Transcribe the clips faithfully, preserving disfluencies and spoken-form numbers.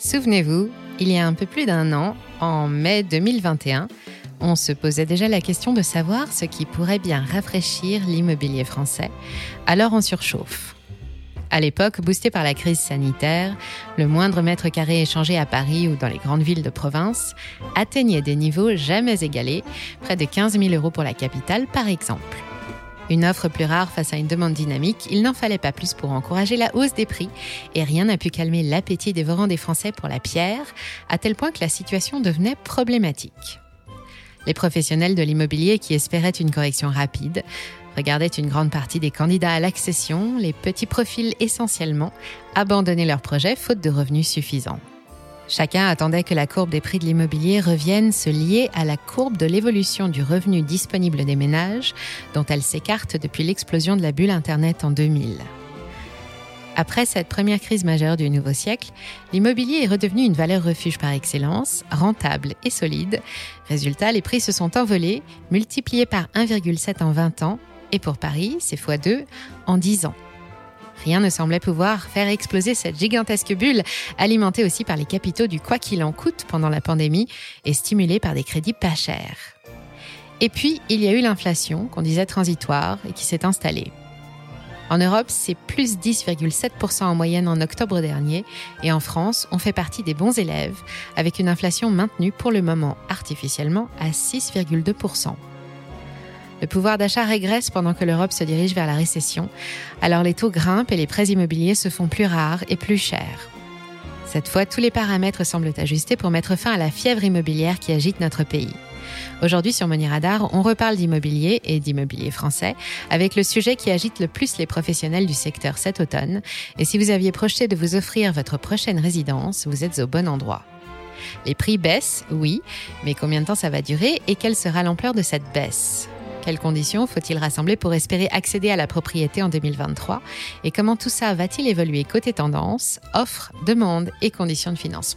Souvenez-vous, il y a un peu plus d'un an, en mai deux mille vingt et un, on se posait déjà la question de savoir ce qui pourrait bien rafraîchir l'immobilier français. Alors on surchauffe. À l'époque, boosté par la crise sanitaire, le moindre mètre carré échangé à Paris ou dans les grandes villes de province atteignait des niveaux jamais égalés, près de quinze mille euros pour la capitale par exemple. Une offre plus rare face à une demande dynamique, il n'en fallait pas plus pour encourager la hausse des prix et rien n'a pu calmer l'appétit dévorant des Français pour la pierre, à tel point que la situation devenait problématique. Les professionnels de l'immobilier qui espéraient une correction rapide regardaient une grande partie des candidats à l'accession, les petits profils essentiellement, abandonner leurs projets faute de revenus suffisants. Chacun attendait que la courbe des prix de l'immobilier revienne se lier à la courbe de l'évolution du revenu disponible des ménages, dont elle s'écarte depuis l'explosion de la bulle Internet en deux mille. Après cette première crise majeure du nouveau siècle, l'immobilier est redevenu une valeur refuge par excellence, rentable et solide. Résultat, les prix se sont envolés, multipliés par un virgule sept en vingt ans, et pour Paris, c'est fois deux en dix ans. Rien ne semblait pouvoir faire exploser cette gigantesque bulle, alimentée aussi par les capitaux du quoi qu'il en coûte pendant la pandémie et stimulée par des crédits pas chers. Et puis, il y a eu l'inflation, qu'on disait transitoire, et qui s'est installée. En Europe, c'est plus dix virgule sept pour cent en moyenne en octobre dernier, et en France, on fait partie des bons élèves, avec une inflation maintenue pour le moment artificiellement à six virgule deux pour cent. Le pouvoir d'achat régresse pendant que l'Europe se dirige vers la récession, alors les taux grimpent et les prêts immobiliers se font plus rares et plus chers. Cette fois, tous les paramètres semblent ajustés pour mettre fin à la fièvre immobilière qui agite notre pays. Aujourd'hui, sur Money Radar, on reparle d'immobilier et d'immobilier français, avec le sujet qui agite le plus les professionnels du secteur cet automne. Et si vous aviez projeté de vous offrir votre prochaine résidence, vous êtes au bon endroit. Les prix baissent, oui, mais combien de temps ça va durer et quelle sera l'ampleur de cette baisse ? Quelles conditions faut-il rassembler pour espérer accéder à la propriété en deux mille vingt-trois ? Et comment tout ça va-t-il évoluer côté tendance, offre, demande et conditions de financement ?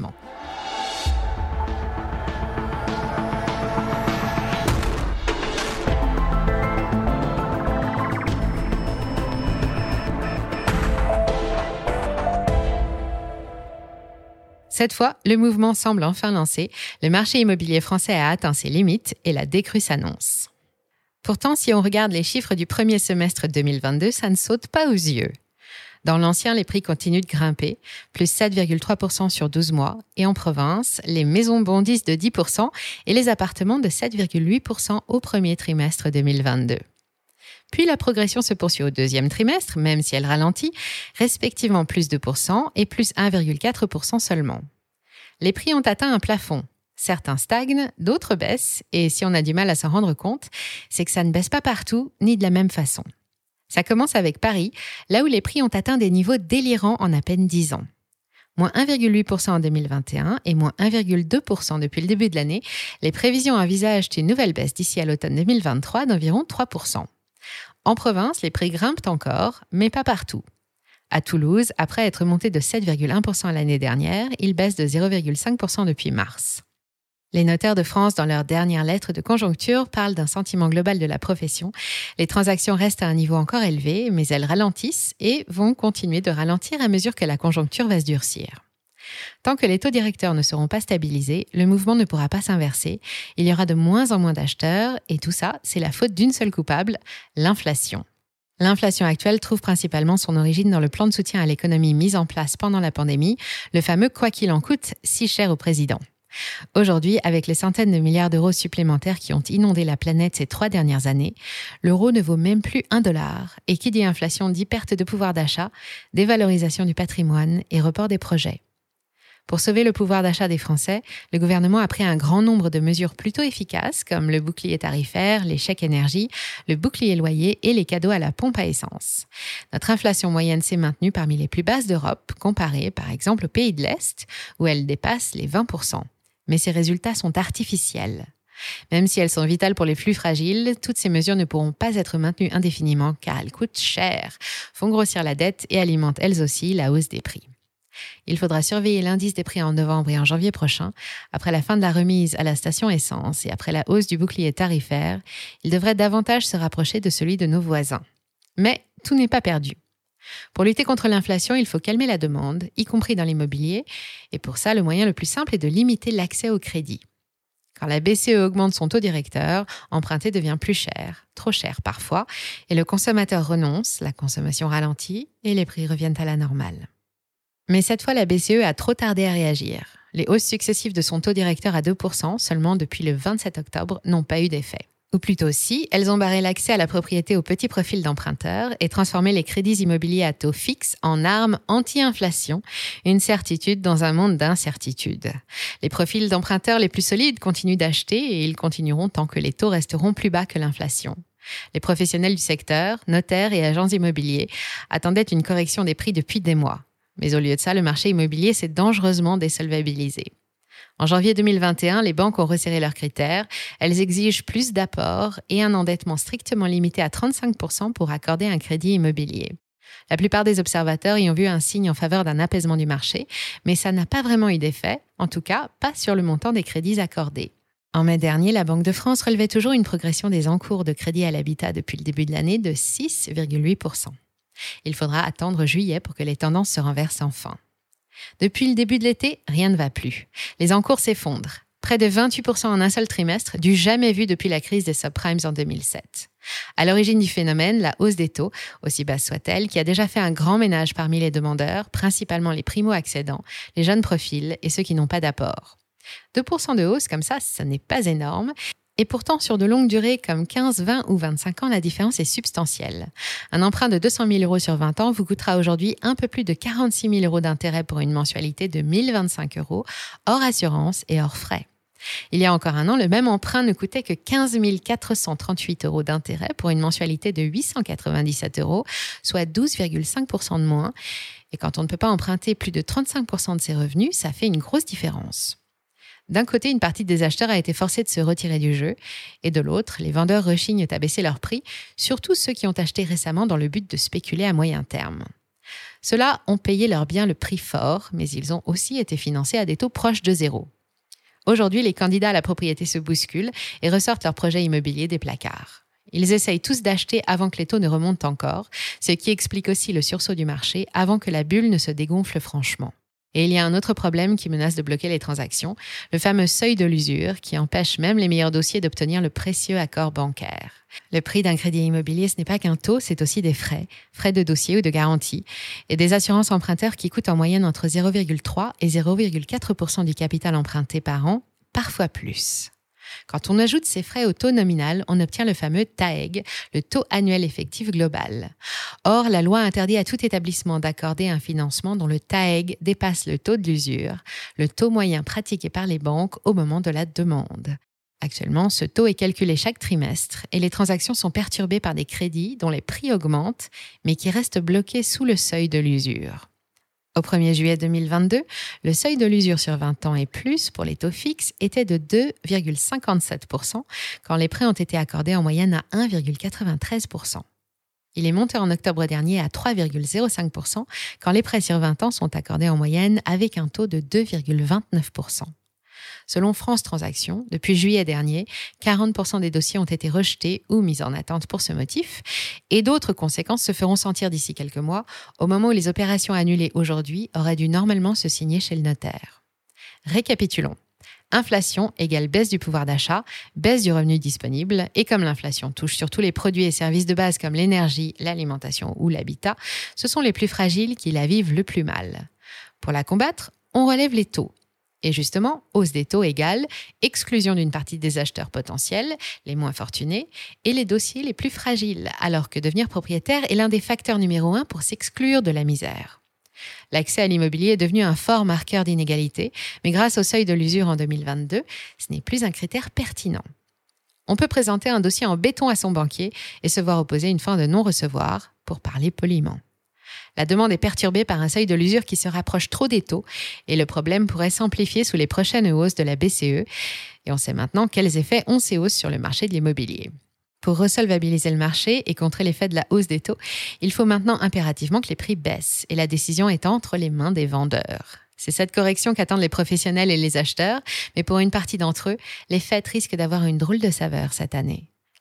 Cette fois, le mouvement semble enfin lancé. Le marché immobilier français a atteint ses limites et la décrue s'annonce. Pourtant, si on regarde les chiffres du premier semestre deux mille vingt-deux, ça ne saute pas aux yeux. Dans l'ancien, les prix continuent de grimper, plus sept virgule trois pour cent sur douze mois. Et en province, les maisons bondissent de dix pour cent et les appartements de sept virgule huit pour cent au premier trimestre deux mille vingt-deux. Puis la progression se poursuit au deuxième trimestre, même si elle ralentit, respectivement plus deux pour cent et plus un virgule quatre pour cent seulement. Les prix ont atteint un plafond. Certains stagnent, d'autres baissent, et si on a du mal à s'en rendre compte, c'est que ça ne baisse pas partout, ni de la même façon. Ça commence avec Paris, là où les prix ont atteint des niveaux délirants en à peine dix ans. Moins un virgule huit pour cent en deux mille vingt et un et moins un virgule deux pour cent depuis le début de l'année, les prévisions envisagent une nouvelle baisse d'ici à l'automne deux mille vingt-trois d'environ trois pour cent. En province, les prix grimpent encore, mais pas partout. À Toulouse, après être monté de sept virgule un pour cent l'année dernière, ils baissent de zéro virgule cinq pour cent depuis mars. Les notaires de France, dans leur dernière lettre de conjoncture, parlent d'un sentiment global de la profession. Les transactions restent à un niveau encore élevé, mais elles ralentissent et vont continuer de ralentir à mesure que la conjoncture va se durcir. Tant que les taux directeurs ne seront pas stabilisés, le mouvement ne pourra pas s'inverser. Il y aura de moins en moins d'acheteurs et tout ça, c'est la faute d'une seule coupable, l'inflation. L'inflation actuelle trouve principalement son origine dans le plan de soutien à l'économie mis en place pendant la pandémie, le fameux « quoi qu'il en coûte » si cher au président. Aujourd'hui, avec les centaines de milliards d'euros supplémentaires qui ont inondé la planète ces trois dernières années, l'euro ne vaut même plus un dollar. Et qui dit inflation dit perte de pouvoir d'achat, dévalorisation du patrimoine et report des projets. Pour sauver le pouvoir d'achat des Français, le gouvernement a pris un grand nombre de mesures plutôt efficaces, comme le bouclier tarifaire, les chèques énergie, le bouclier loyer et les cadeaux à la pompe à essence. Notre inflation moyenne s'est maintenue parmi les plus basses d'Europe, comparée par exemple aux pays de l'Est, où elle dépasse les vingt pour cent. Mais ces résultats sont artificiels. Même si elles sont vitales pour les plus fragiles, toutes ces mesures ne pourront pas être maintenues indéfiniment car elles coûtent cher, font grossir la dette et alimentent elles aussi la hausse des prix. Il faudra surveiller l'indice des prix en novembre et en janvier prochain. Après la fin de la remise à la station essence et après la hausse du bouclier tarifaire, il devrait davantage se rapprocher de celui de nos voisins. Mais tout n'est pas perdu. Pour lutter contre l'inflation, il faut calmer la demande, y compris dans l'immobilier, et pour ça, le moyen le plus simple est de limiter l'accès au crédit. Quand la B C E augmente son taux directeur, emprunter devient plus cher, trop cher parfois, et le consommateur renonce, la consommation ralentit et les prix reviennent à la normale. Mais cette fois, la B C E a trop tardé à réagir. Les hausses successives de son taux directeur à deux pour cent seulement depuis le vingt-sept octobre n'ont pas eu d'effet. Ou plutôt si, elles ont barré l'accès à la propriété au petit profil d'emprunteurs et transformé les crédits immobiliers à taux fixe en arme anti-inflation, une certitude dans un monde d'incertitude. Les profils d'emprunteurs les plus solides continuent d'acheter et ils continueront tant que les taux resteront plus bas que l'inflation. Les professionnels du secteur, notaires et agents immobiliers, attendaient une correction des prix depuis des mois. Mais au lieu de ça, le marché immobilier s'est dangereusement désolvabilisé. En janvier deux mille vingt et un, les banques ont resserré leurs critères. Elles exigent plus d'apports et un endettement strictement limité à trente-cinq pour cent pour accorder un crédit immobilier. La plupart des observateurs y ont vu un signe en faveur d'un apaisement du marché, mais ça n'a pas vraiment eu d'effet, en tout cas pas sur le montant des crédits accordés. En mai dernier, la Banque de France relevait toujours une progression des encours de crédit à l'habitat depuis le début de l'année de six virgule huit pour cent. Il faudra attendre juillet pour que les tendances se renversent enfin. Depuis le début de l'été, rien ne va plus. Les encours s'effondrent. Près de vingt-huit pour cent en un seul trimestre, du jamais vu depuis la crise des subprimes en deux mille sept. À l'origine du phénomène, la hausse des taux, aussi basse soit-elle, qui a déjà fait un grand ménage parmi les demandeurs, principalement les primo-accédants, les jeunes profils et ceux qui n'ont pas d'apport. deux pour cent de hausse, comme ça, ce n'est pas énorme. Et pourtant, sur de longues durées comme quinze, vingt ou vingt-cinq ans, la différence est substantielle. Un emprunt de deux cent mille euros sur vingt ans vous coûtera aujourd'hui un peu plus de quarante-six mille euros d'intérêt pour une mensualité de mille vingt-cinq euros, hors assurance et hors frais. Il y a encore un an, le même emprunt ne coûtait que quinze mille quatre cent trente-huit euros d'intérêt pour une mensualité de huit cent quatre-vingt-dix-sept euros, soit douze virgule cinq pour cent de moins. Et quand on ne peut pas emprunter plus de trente-cinq pour cent de ses revenus, ça fait une grosse différence. D'un côté, une partie des acheteurs a été forcée de se retirer du jeu, et de l'autre, les vendeurs rechignent à baisser leurs prix, surtout ceux qui ont acheté récemment dans le but de spéculer à moyen terme. Ceux-là ont payé leur bien le prix fort, mais ils ont aussi été financés à des taux proches de zéro. Aujourd'hui, les candidats à la propriété se bousculent et ressortent leurs projets immobiliers des placards. Ils essayent tous d'acheter avant que les taux ne remontent encore, ce qui explique aussi le sursaut du marché avant que la bulle ne se dégonfle franchement. Et il y a un autre problème qui menace de bloquer les transactions, le fameux seuil de l'usure qui empêche même les meilleurs dossiers d'obtenir le précieux accord bancaire. Le prix d'un crédit immobilier, ce n'est pas qu'un taux, c'est aussi des frais, frais de dossier ou de garantie, et des assurances emprunteurs qui coûtent en moyenne entre zéro virgule trois et zéro virgule quatre pour cent du capital emprunté par an, parfois plus. Quand on ajoute ces frais au taux nominal, on obtient le fameux T A E G, le taux annuel effectif global. Or, la loi interdit à tout établissement d'accorder un financement dont le T A E G dépasse le taux de l'usure, le taux moyen pratiqué par les banques au moment de la demande. Actuellement, ce taux est calculé chaque trimestre et les transactions sont perturbées par des crédits dont les prix augmentent, mais qui restent bloqués sous le seuil de l'usure. Au premier juillet deux mille vingt-deux, le seuil de l'usure sur vingt ans et plus pour les taux fixes était de deux virgule cinquante-sept pour cent quand les prêts ont été accordés en moyenne à un virgule quatre-vingt-treize pour cent. Il est monté en octobre dernier à trois virgule zéro cinq pour cent quand les prêts sur vingt ans sont accordés en moyenne avec un taux de deux virgule vingt-neuf pour cent. Selon France Transactions, depuis juillet dernier, quarante pour cent des dossiers ont été rejetés ou mis en attente pour ce motif, et d'autres conséquences se feront sentir d'ici quelques mois, au moment où les opérations annulées aujourd'hui auraient dû normalement se signer chez le notaire. Récapitulons. Inflation égale baisse du pouvoir d'achat, baisse du revenu disponible, et comme l'inflation touche surtout les produits et services de base comme l'énergie, l'alimentation ou l'habitat, ce sont les plus fragiles qui la vivent le plus mal. Pour la combattre, on relève les taux. Et justement, hausse des taux égale exclusion d'une partie des acheteurs potentiels, les moins fortunés, et les dossiers les plus fragiles, alors que devenir propriétaire est l'un des facteurs numéro un pour s'exclure de la misère. L'accès à l'immobilier est devenu un fort marqueur d'inégalité, mais grâce au seuil de l'usure en deux mille vingt-deux, ce n'est plus un critère pertinent. On peut présenter un dossier en béton à son banquier et se voir opposer une fin de non-recevoir, pour parler poliment. La demande est perturbée par un seuil de l'usure qui se rapproche trop des taux et le problème pourrait s'amplifier sous les prochaines hausses de la B C E. Et on sait maintenant quels effets ont ces hausses sur le marché de l'immobilier. Pour resolvabiliser le marché et contrer l'effet de la hausse des taux, il faut maintenant impérativement que les prix baissent et la décision est entre les mains des vendeurs. C'est cette correction qu'attendent les professionnels et les acheteurs, mais pour une partie d'entre eux, les fêtes risquent d'avoir une drôle de saveur cette année.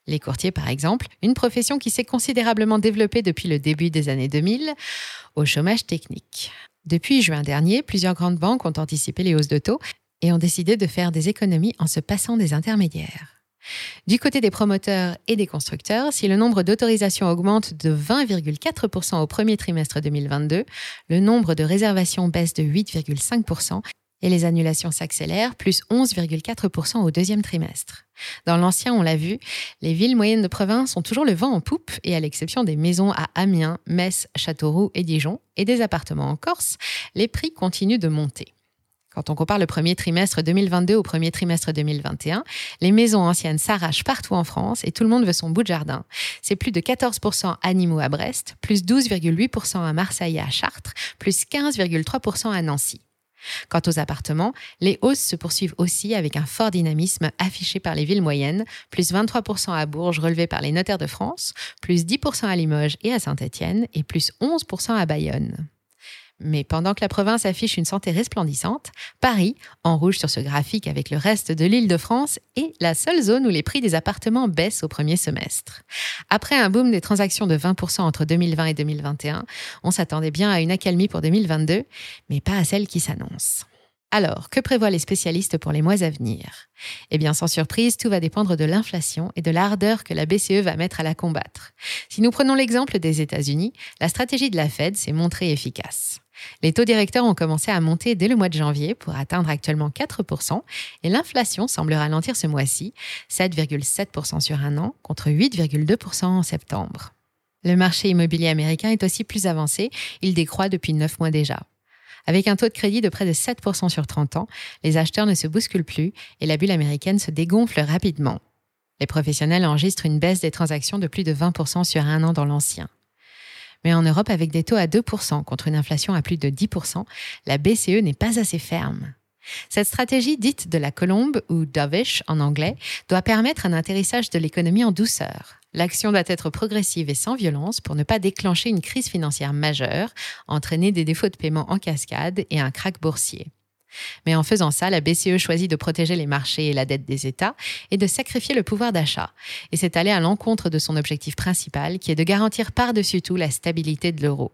Les courtiers, par exemple, une profession qui s'est considérablement développée depuis le début des années deux mille, au chômage technique. Depuis juin dernier, plusieurs grandes banques ont anticipé les hausses de taux et ont décidé de faire des économies en se passant des intermédiaires. Du côté des promoteurs et des constructeurs, si le nombre d'autorisations augmente de vingt virgule quatre pour cent au premier trimestre deux mille vingt-deux, le nombre de réservations baisse de huit virgule cinq pour cent et les annulations s'accélèrent, plus onze virgule quatre pour cent au deuxième trimestre. Dans l'ancien, on l'a vu, les villes moyennes de province ont toujours le vent en poupe et à l'exception des maisons à Amiens, Metz, Châteauroux et Dijon et des appartements en Corse, les prix continuent de monter. Quand on compare le premier trimestre deux mille vingt-deux au premier trimestre deux mille vingt et un, les maisons anciennes s'arrachent partout en France et tout le monde veut son bout de jardin. C'est plus de quatorze pour cent à Nîmes ou à Brest, plus douze virgule huit pour cent à Marseille et à Chartres, plus quinze virgule trois pour cent à Nancy. Quant aux appartements, les hausses se poursuivent aussi avec un fort dynamisme affiché par les villes moyennes, plus vingt-trois pour cent à Bourges relevé par les notaires de France, plus dix pour cent à Limoges et à Saint-Étienne et plus onze pour cent à Bayonne. Mais pendant que la province affiche une santé resplendissante, Paris, en rouge sur ce graphique avec le reste de l'Île-de-France, est la seule zone où les prix des appartements baissent au premier semestre. Après un boom des transactions de vingt pour cent entre deux mille vingt et deux mille vingt et un, on s'attendait bien à une accalmie pour deux mille vingt-deux, mais pas à celle qui s'annonce. Alors, que prévoient les spécialistes pour les mois à venir ? Eh bien, sans surprise, tout va dépendre de l'inflation et de l'ardeur que la B C E va mettre à la combattre. Si nous prenons l'exemple des États-Unis, la stratégie de la Fed s'est montrée efficace. Les taux directeurs ont commencé à monter dès le mois de janvier pour atteindre actuellement quatre pour cent et l'inflation semble ralentir ce mois-ci, sept virgule sept pour cent sur un an contre huit virgule deux pour cent en septembre. Le marché immobilier américain est aussi plus avancé, il décroît depuis neuf mois déjà. Avec un taux de crédit de près de sept pour cent sur trente ans, les acheteurs ne se bousculent plus et la bulle américaine se dégonfle rapidement. Les professionnels enregistrent une baisse des transactions de plus de vingt pour cent sur un an dans l'ancien. Mais en Europe, avec des taux à deux pour cent contre une inflation à plus de dix pour cent, la B C E n'est pas assez ferme. Cette stratégie dite de la colombe, ou dovish en anglais, doit permettre un atterrissage de l'économie en douceur. L'action doit être progressive et sans violence pour ne pas déclencher une crise financière majeure, entraîner des défauts de paiement en cascade et un krach boursier. Mais en faisant ça, la B C E choisit de protéger les marchés et la dette des États et de sacrifier le pouvoir d'achat. Et c'est aller à l'encontre de son objectif principal qui est de garantir par-dessus tout la stabilité de l'euro.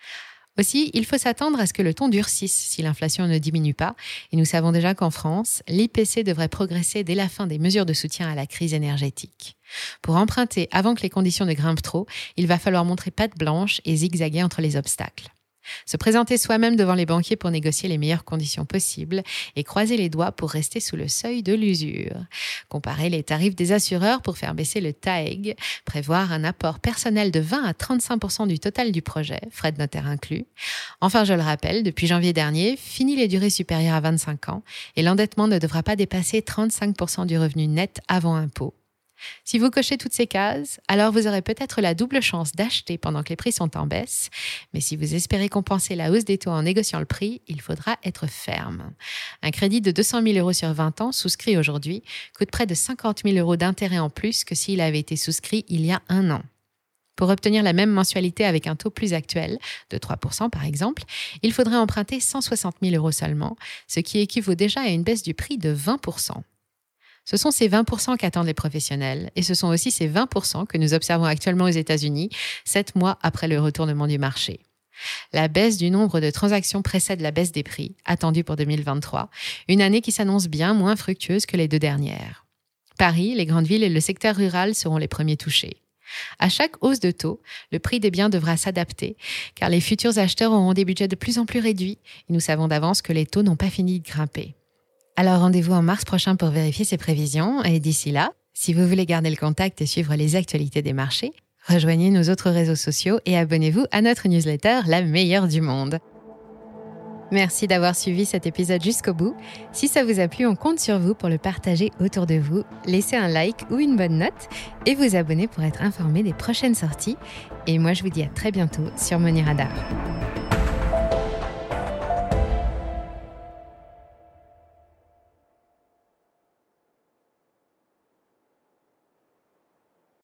Aussi, il faut s'attendre à ce que le ton durcisse si l'inflation ne diminue pas. Et nous savons déjà qu'en France, l'I P C devrait progresser dès la fin des mesures de soutien à la crise énergétique. Pour emprunter avant que les conditions ne grimpent trop, il va falloir montrer patte blanche et zigzaguer entre les obstacles. Se présenter soi-même devant les banquiers pour négocier les meilleures conditions possibles et croiser les doigts pour rester sous le seuil de l'usure. Comparer les tarifs des assureurs pour faire baisser le T A E G. Prévoir un apport personnel de vingt à trente-cinq pour cent du total du projet, frais de notaire inclus. Enfin, je le rappelle, depuis janvier dernier, fini les durées supérieures à vingt-cinq ans et l'endettement ne devra pas dépasser trente-cinq pour cent du revenu net avant impôt. Si vous cochez toutes ces cases, alors vous aurez peut-être la double chance d'acheter pendant que les prix sont en baisse. Mais si vous espérez compenser la hausse des taux en négociant le prix, il faudra être ferme. Un crédit de deux cent mille euros sur vingt ans souscrit aujourd'hui coûte près de cinquante mille euros d'intérêt en plus que s'il avait été souscrit il y a un an. Pour obtenir la même mensualité avec un taux plus actuel, de trois pour cent par exemple, il faudrait emprunter cent soixante mille euros seulement, ce qui équivaut déjà à une baisse du prix de vingt pour cent. Ce sont ces vingt pour cent qu'attendent les professionnels et ce sont aussi ces vingt pour cent que nous observons actuellement aux États-Unis, sept mois après le retournement du marché. La baisse du nombre de transactions précède la baisse des prix, attendue pour deux mille vingt-trois, une année qui s'annonce bien moins fructueuse que les deux dernières. Paris, les grandes villes et le secteur rural seront les premiers touchés. À chaque hausse de taux, le prix des biens devra s'adapter, car les futurs acheteurs auront des budgets de plus en plus réduits et nous savons d'avance que les taux n'ont pas fini de grimper. Alors rendez-vous en mars prochain pour vérifier ces prévisions et d'ici là, si vous voulez garder le contact et suivre les actualités des marchés, rejoignez nos autres réseaux sociaux et abonnez-vous à notre newsletter La meilleure du monde. Merci d'avoir suivi cet épisode jusqu'au bout. Si ça vous a plu, on compte sur vous pour le partager autour de vous, laisser un like ou une bonne note et vous abonner pour être informé des prochaines sorties. Et moi, je vous dis à très bientôt sur Money Radar.